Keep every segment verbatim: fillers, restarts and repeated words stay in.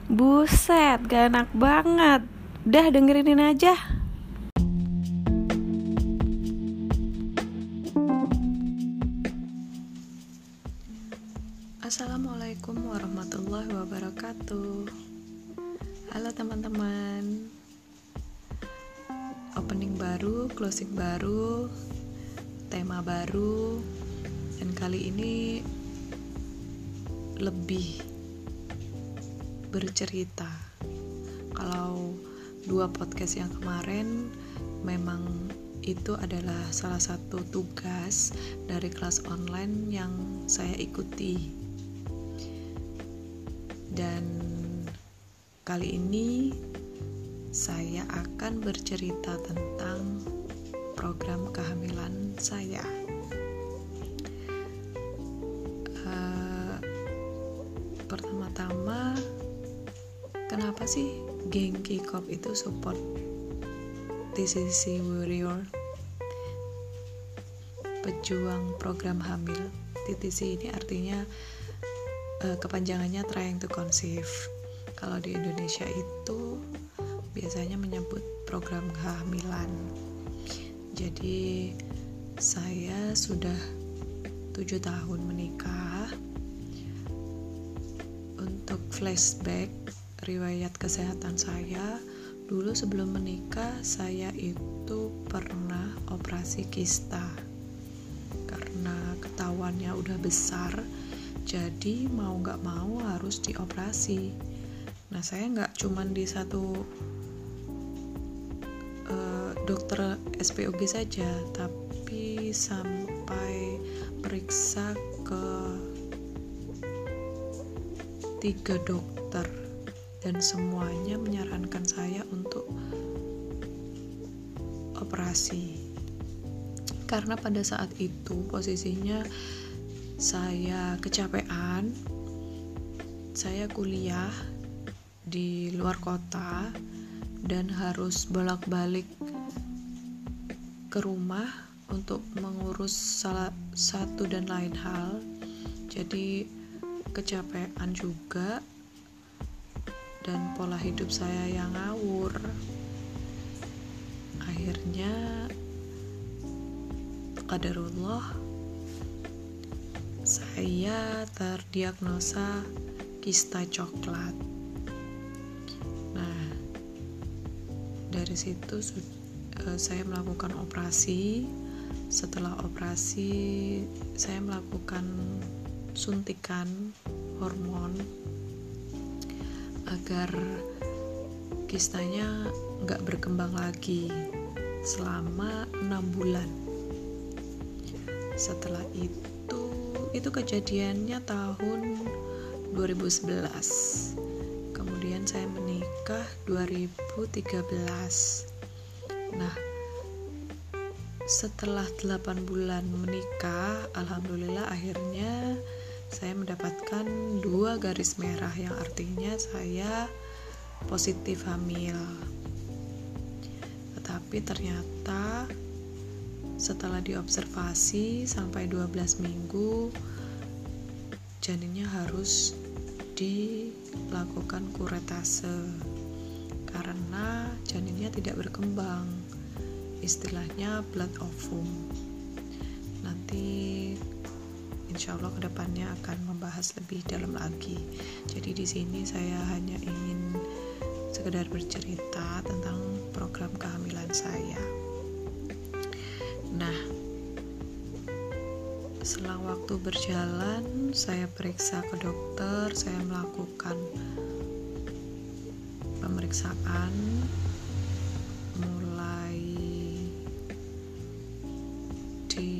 Buset, gak enak banget. Udah dengerin aja. Assalamualaikum warahmatullahi wabarakatuh. Halo teman-teman. Opening baru, closing baru, tema baru. Dan kali ini lebih bercerita. Kalau dua podcast yang kemarin memang itu adalah salah satu tugas dari kelas online yang saya ikuti. Dan kali ini saya akan bercerita tentang program kehamilan saya. Uh, pertama-tama, kenapa sih geng K-pop itu support T C C Warrior, pejuang program hamil? T T C ini artinya uh, kepanjangannya Trying to Conceive. Kalau di Indonesia itu biasanya menyebut program kehamilan. Jadi saya sudah tujuh tahun menikah. Untuk flashback riwayat kesehatan saya, dulu sebelum menikah saya itu pernah operasi kista karena ketahuannya udah besar, jadi mau gak mau harus dioperasi. Nah, saya gak cuman di satu uh, dokter S P O G saja, tapi sampai periksa ke tiga dokter, dan semuanya menyarankan saya untuk operasi. Karena pada saat itu posisinya saya kecapean, saya kuliah di luar kota dan harus bolak-balik ke rumah untuk mengurus salah satu dan lain hal. Jadi kecapean juga, dan pola hidup saya yang ngawur. Akhirnya qadarullah saya terdiagnosa kista coklat. Nah, dari situ uh, saya melakukan operasi. Setelah operasi saya melakukan suntikan hormon agar kistanya nggak berkembang lagi selama enam bulan. Setelah itu, itu kejadiannya tahun dua ribu sebelas. Kemudian saya menikah dua ribu tiga belas. Nah, setelah delapan bulan menikah, alhamdulillah akhirnya saya mendapatkan dua garis merah, yang artinya saya positif hamil. Tetapi ternyata setelah diobservasi sampai dua belas minggu, janinnya harus dilakukan kuretase karena janinnya tidak berkembang. Istilahnya blood ovum. Nanti insya Allah kedepannya akan membahas lebih dalam lagi. Jadi di sini saya hanya ingin sekedar bercerita tentang program kehamilan saya. Nah, selang waktu berjalan, saya periksa ke dokter, saya melakukan pemeriksaan mulai di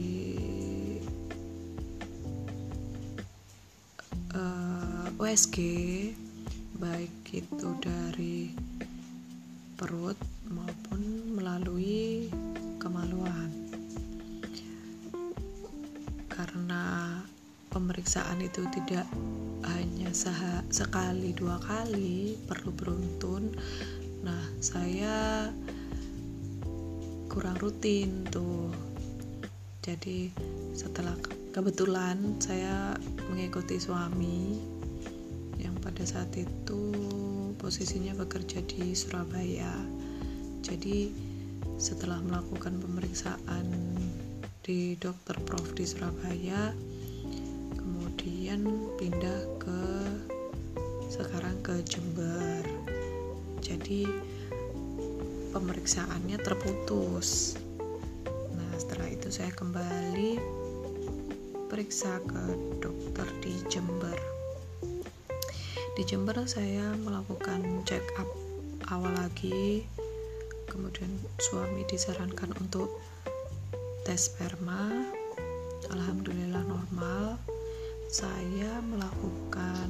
U S G, baik itu dari perut maupun melalui kemaluan. Karena pemeriksaan itu tidak hanya seha- sekali dua kali, perlu beruntun. Nah, saya kurang rutin tuh. Jadi setelah kebetulan saya mengikuti suami yang pada saat itu posisinya bekerja di Surabaya. Jadi setelah melakukan pemeriksaan di dokter Prof di Surabaya, kemudian pindah ke sekarang ke Jember. Jadi pemeriksaannya terputus. Nah, setelah itu saya kembali periksa ke dokter di Jember. Di Jember saya melakukan check up awal lagi, kemudian suami disarankan untuk tes sperma. Alhamdulillah normal. Saya melakukan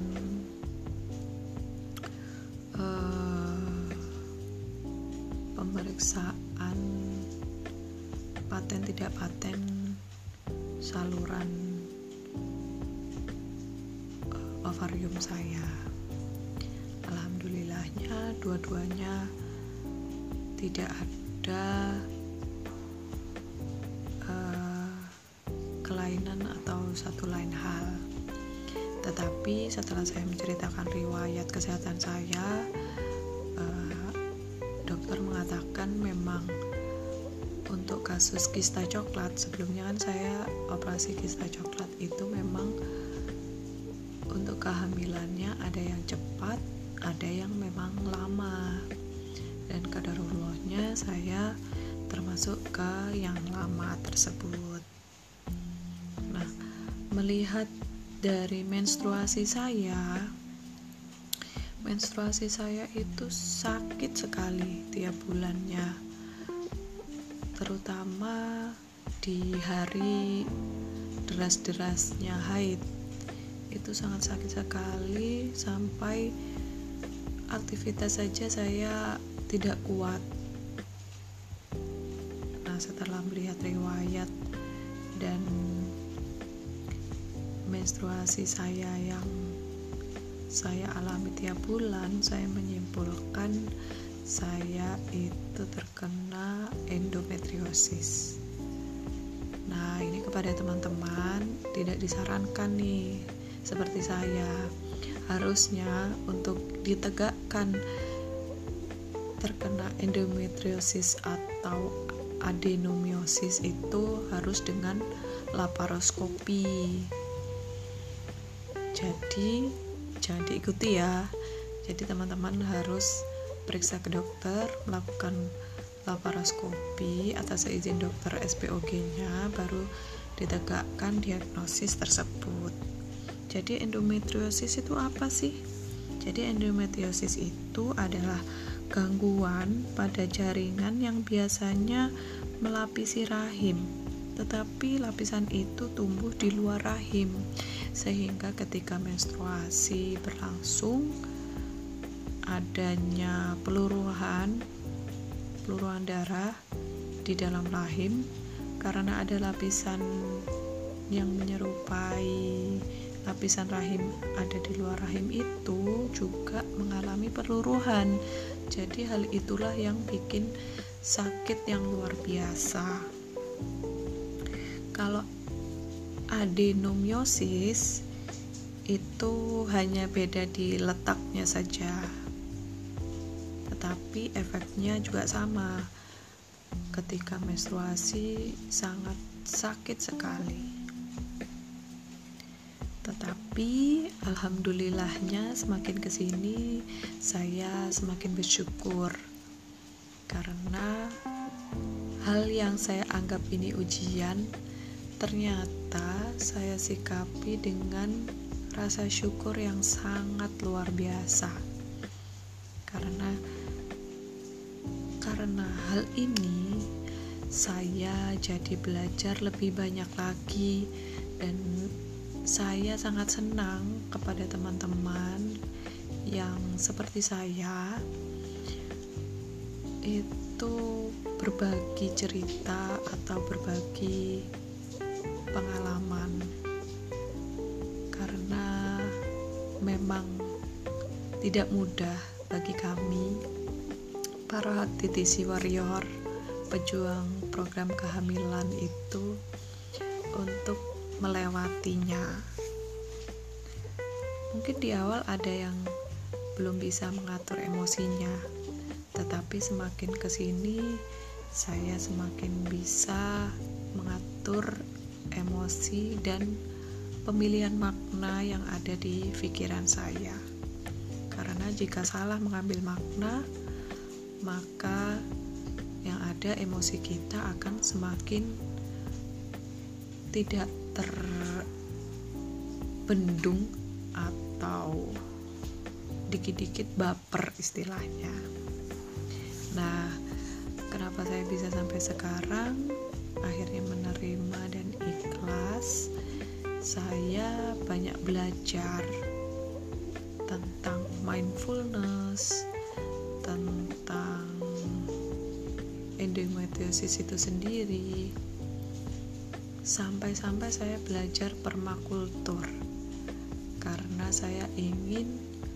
uh, pemeriksaan paten tidak paten saluran uh, ovarium saya. Alhamdulillahnya dua-duanya tidak ada uh, kelainan atau satu lain hal. Tetapi setelah saya menceritakan riwayat kesehatan saya, uh, dokter mengatakan memang untuk kasus kista coklat, sebelumnya kan saya operasi kista coklat, itu memang untuk kehamilannya ada yang cepat, ada yang memang lama, dan qadarullahnya saya termasuk ke yang lama tersebut. Nah, melihat dari menstruasi saya, menstruasi saya itu sakit sekali tiap bulannya, terutama di hari deras-derasnya haid. Itu sangat sakit sekali, sampai aktivitas saja saya tidak kuat. Nah, setelah melihat riwayat dan menstruasi saya yang saya alami tiap bulan, saya menyimpulkan saya itu terkena endometriosis. Nah, ini kepada teman-teman tidak disarankan nih seperti saya. Harusnya untuk ditegakkan terkena endometriosis atau adenomiosis itu harus dengan laparoskopi. Jadi jangan diikuti ya. Jadi teman-teman harus periksa ke dokter, melakukan laparoskopi atas izin dokter S P O G-nya, baru ditegakkan diagnosis tersebut. Jadi endometriosis itu apa sih? Jadi endometriosis itu adalah gangguan pada jaringan yang biasanya melapisi rahim, tetapi lapisan itu tumbuh di luar rahim, sehingga ketika menstruasi berlangsung adanya peluruhan peluruhan darah di dalam rahim, karena ada lapisan yang menyerupai lapisan rahim ada di luar rahim itu juga mengalami peluruhan. Jadi hal itulah yang bikin sakit yang luar biasa. Kalau adenomiosis itu hanya beda di letaknya saja, tetapi efeknya juga sama. Ketika menstruasi sangat sakit sekali. Tetapi alhamdulillahnya semakin kesini saya semakin bersyukur, karena hal yang saya anggap ini ujian ternyata saya sikapi dengan rasa syukur yang sangat luar biasa. Karena karena hal ini saya jadi belajar lebih banyak lagi, dan saya sangat senang kepada teman-teman yang seperti saya itu berbagi cerita atau berbagi pengalaman, karena memang tidak mudah bagi kami para T T C warrior, pejuang program kehamilan itu, untuk melewatinya. Mungkin di awal ada yang belum bisa mengatur emosinya, tetapi semakin kesini saya semakin bisa mengatur emosi dan pemilihan makna yang ada di pikiran saya. Karena jika salah mengambil makna, maka yang ada emosi kita akan semakin tidak terbendung atau dikit-dikit baper istilahnya. Nah, kenapa saya bisa sampai sekarang akhirnya menerima dan ikhlas? Saya banyak belajar tentang mindfulness, tentang endometriosis itu sendiri, sampai-sampai saya belajar permakultur karena saya ingin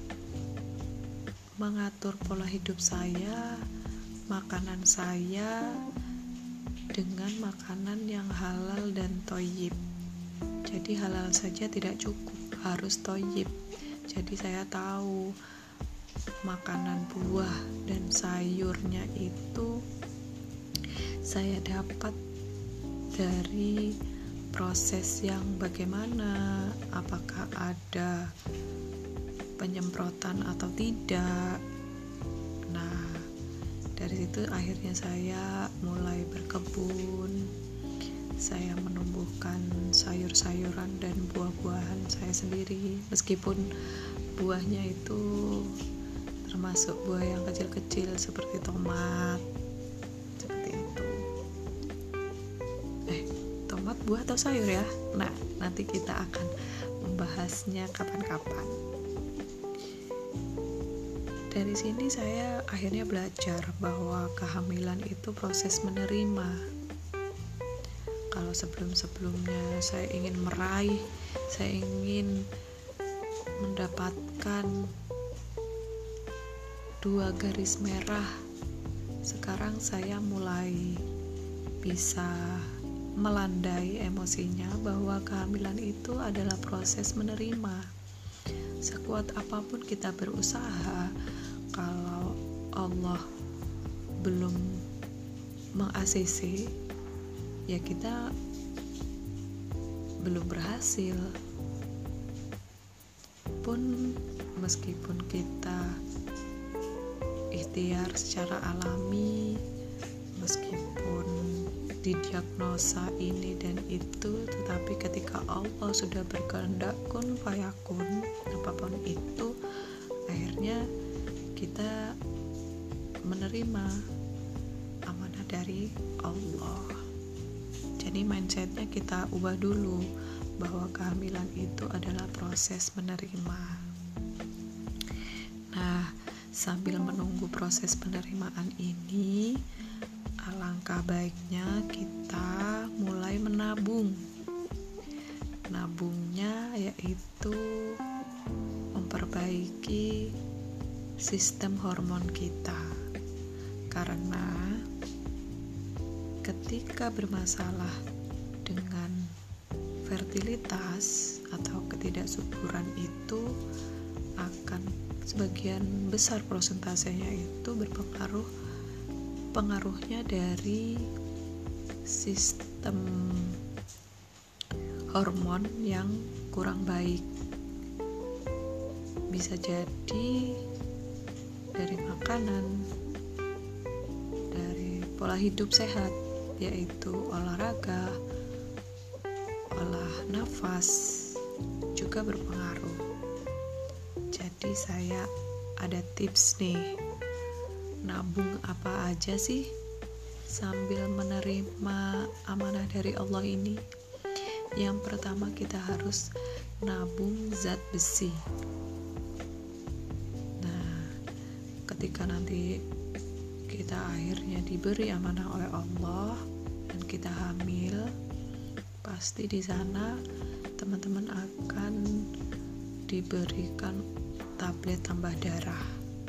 mengatur pola hidup saya, makanan saya dengan makanan yang halal dan thayyib. Jadi halal saja tidak cukup, harus thayyib. Jadi saya tahu makanan buah dan sayurnya itu saya dapat dari proses yang bagaimana, apakah ada penyemprotan atau tidak. Nah, dari situ akhirnya saya mulai berkebun. Saya menumbuhkan sayur-sayuran dan buah-buahan saya sendiri, meskipun buahnya itu termasuk buah yang kecil-kecil seperti tomat, seperti itu. Eh, tomat buah atau sayur ya? Nah, nanti kita akan membahasnya kapan-kapan. Dari sini saya akhirnya belajar bahwa kehamilan itu proses menerima. Kalau sebelum-sebelumnya saya ingin meraih, saya ingin mendapatkan dua garis merah, sekarang saya mulai bisa melandai emosinya bahwa kehamilan itu adalah proses menerima. Sekuat apapun kita berusaha, kalau Allah belum meng-A C C, ya kita belum berhasil. Pun meskipun kita ikhtiar secara alami, meskipun didiagnosa ini dan itu, tetapi ketika Allah sudah berkehendak kun fayakun, apapun itu, akhirnya kita menerima amanah dari Allah. Jadi mindsetnya kita ubah dulu bahwa kehamilan itu adalah proses menerima. Nah, sambil menunggu proses penerimaan ini, alangkah baiknya kita mulai menabung. Nabungnya yaitu memperbaiki sistem hormon kita. Karena ketika bermasalah dengan fertilitas atau ketidaksuburan itu akan sebagian besar persentasenya itu berpengaruh pengaruhnya dari sistem hormon yang kurang baik. Bisa jadi dari makanan, dari pola hidup sehat, yaitu olahraga, olah nafas juga berpengaruh. Jadi saya ada tips nih, nabung apa aja sih sambil menerima amanah dari Allah ini. Yang pertama, kita harus nabung zat besi. Nah, ketika nanti kita akhirnya diberi amanah oleh Allah dan kita hamil, pasti di sana teman-teman akan diberikan tablet tambah darah.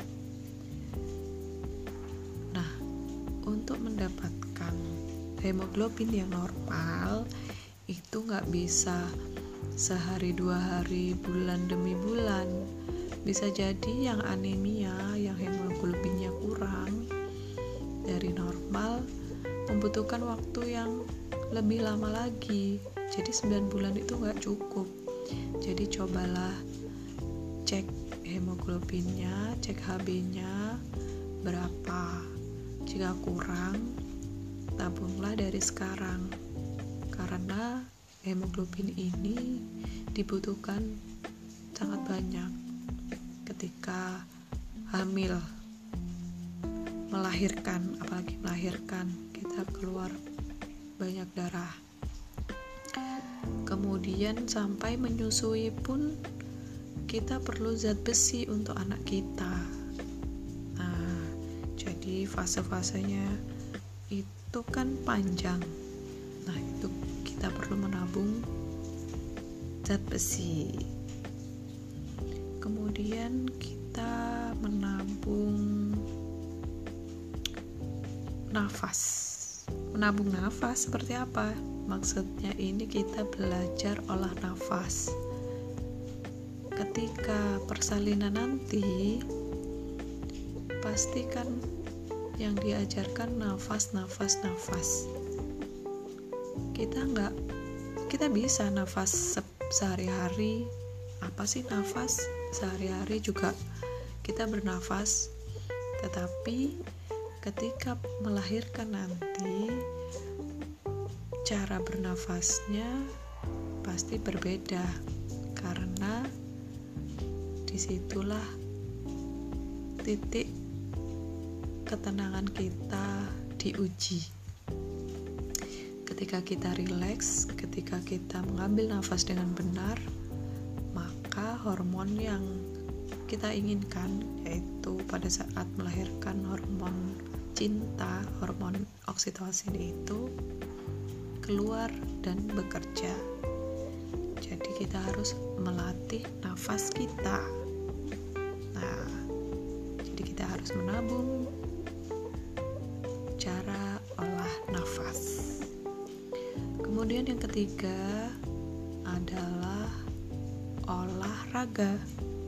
Nah, untuk mendapatkan hemoglobin yang normal itu nggak bisa sehari dua hari, bulan demi bulan. Bisa jadi yang anemia, yang hemoglobinnya kurang dari normal, membutuhkan waktu yang lebih lama lagi. Jadi sembilan bulan itu gak cukup. Jadi cobalah cek hemoglobinnya, cek H B-nya berapa. Jika kurang, tabunglah dari sekarang, karena hemoglobin ini dibutuhkan sangat banyak ketika hamil, melahirkan, apalagi melahirkan, kita keluar banyak darah. Kemudian sampai menyusui pun kita perlu zat besi untuk anak kita. Nah, jadi fase-fasenya itu kan panjang. Nah, itu kita perlu menabung zat besi. Kemudian kita menabung nafas. Menabung nafas seperti apa? Maksudnya ini kita belajar olah nafas. Ketika persalinan nanti, pastikan yang diajarkan nafas, nafas, nafas. Kita nggak, kita bisa nafas se- sehari-hari. Apa sih nafas? Sehari-hari juga kita bernafas. Tetapi ketika melahirkan nanti, cara bernafasnya pasti berbeda, karena disitulah titik ketenangan kita diuji. Ketika kita rileks, ketika kita mengambil nafas dengan benar, maka hormon yang kita inginkan, yaitu pada saat melahirkan hormon cinta, hormon oksitosin itu keluar dan bekerja. Jadi kita harus melatih nafas kita. Nah, jadi kita harus menabung cara olah nafas. Kemudian yang ketiga adalah olahraga.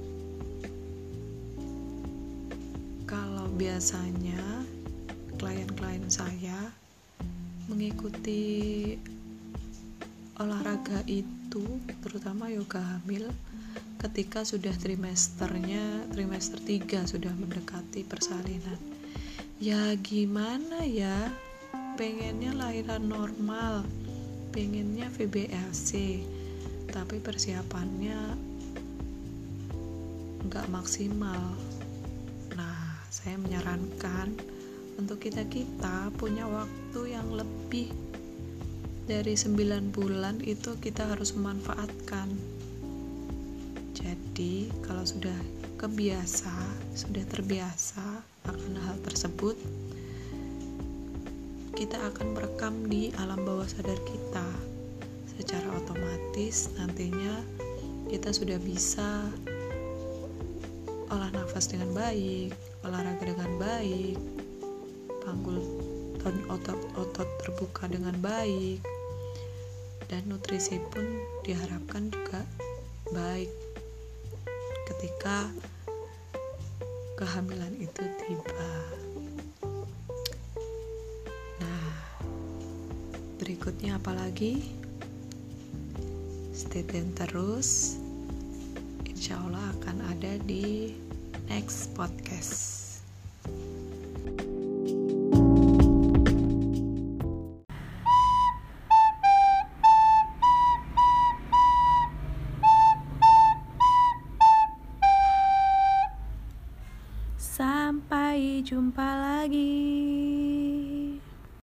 Kalau biasanya klien-klien saya mengikuti olahraga itu, terutama yoga hamil, ketika sudah trimesternya, trimester tiga sudah mendekati persalinan. Ya gimana ya, pengennya lahiran normal, pengennya V B A C, tapi persiapannya nggak maksimal. Nah, saya menyarankan untuk kita-kita punya waktu yang lebih dari sembilan bulan, itu kita harus memanfaatkan. Jadi kalau sudah kebiasa, sudah terbiasa akan hal tersebut, kita akan merekam di alam bawah sadar kita. Secara otomatis nantinya kita sudah bisa olah nafas dengan baik, olahraga dengan baik, panggul otot-otot terbuka dengan baik, dan nutrisi pun diharapkan juga baik ketika kehamilan itu tiba. Nah, berikutnya apa lagi? Stay tune terus, insya Allah akan ada di next podcast. Sampai jumpa lagi.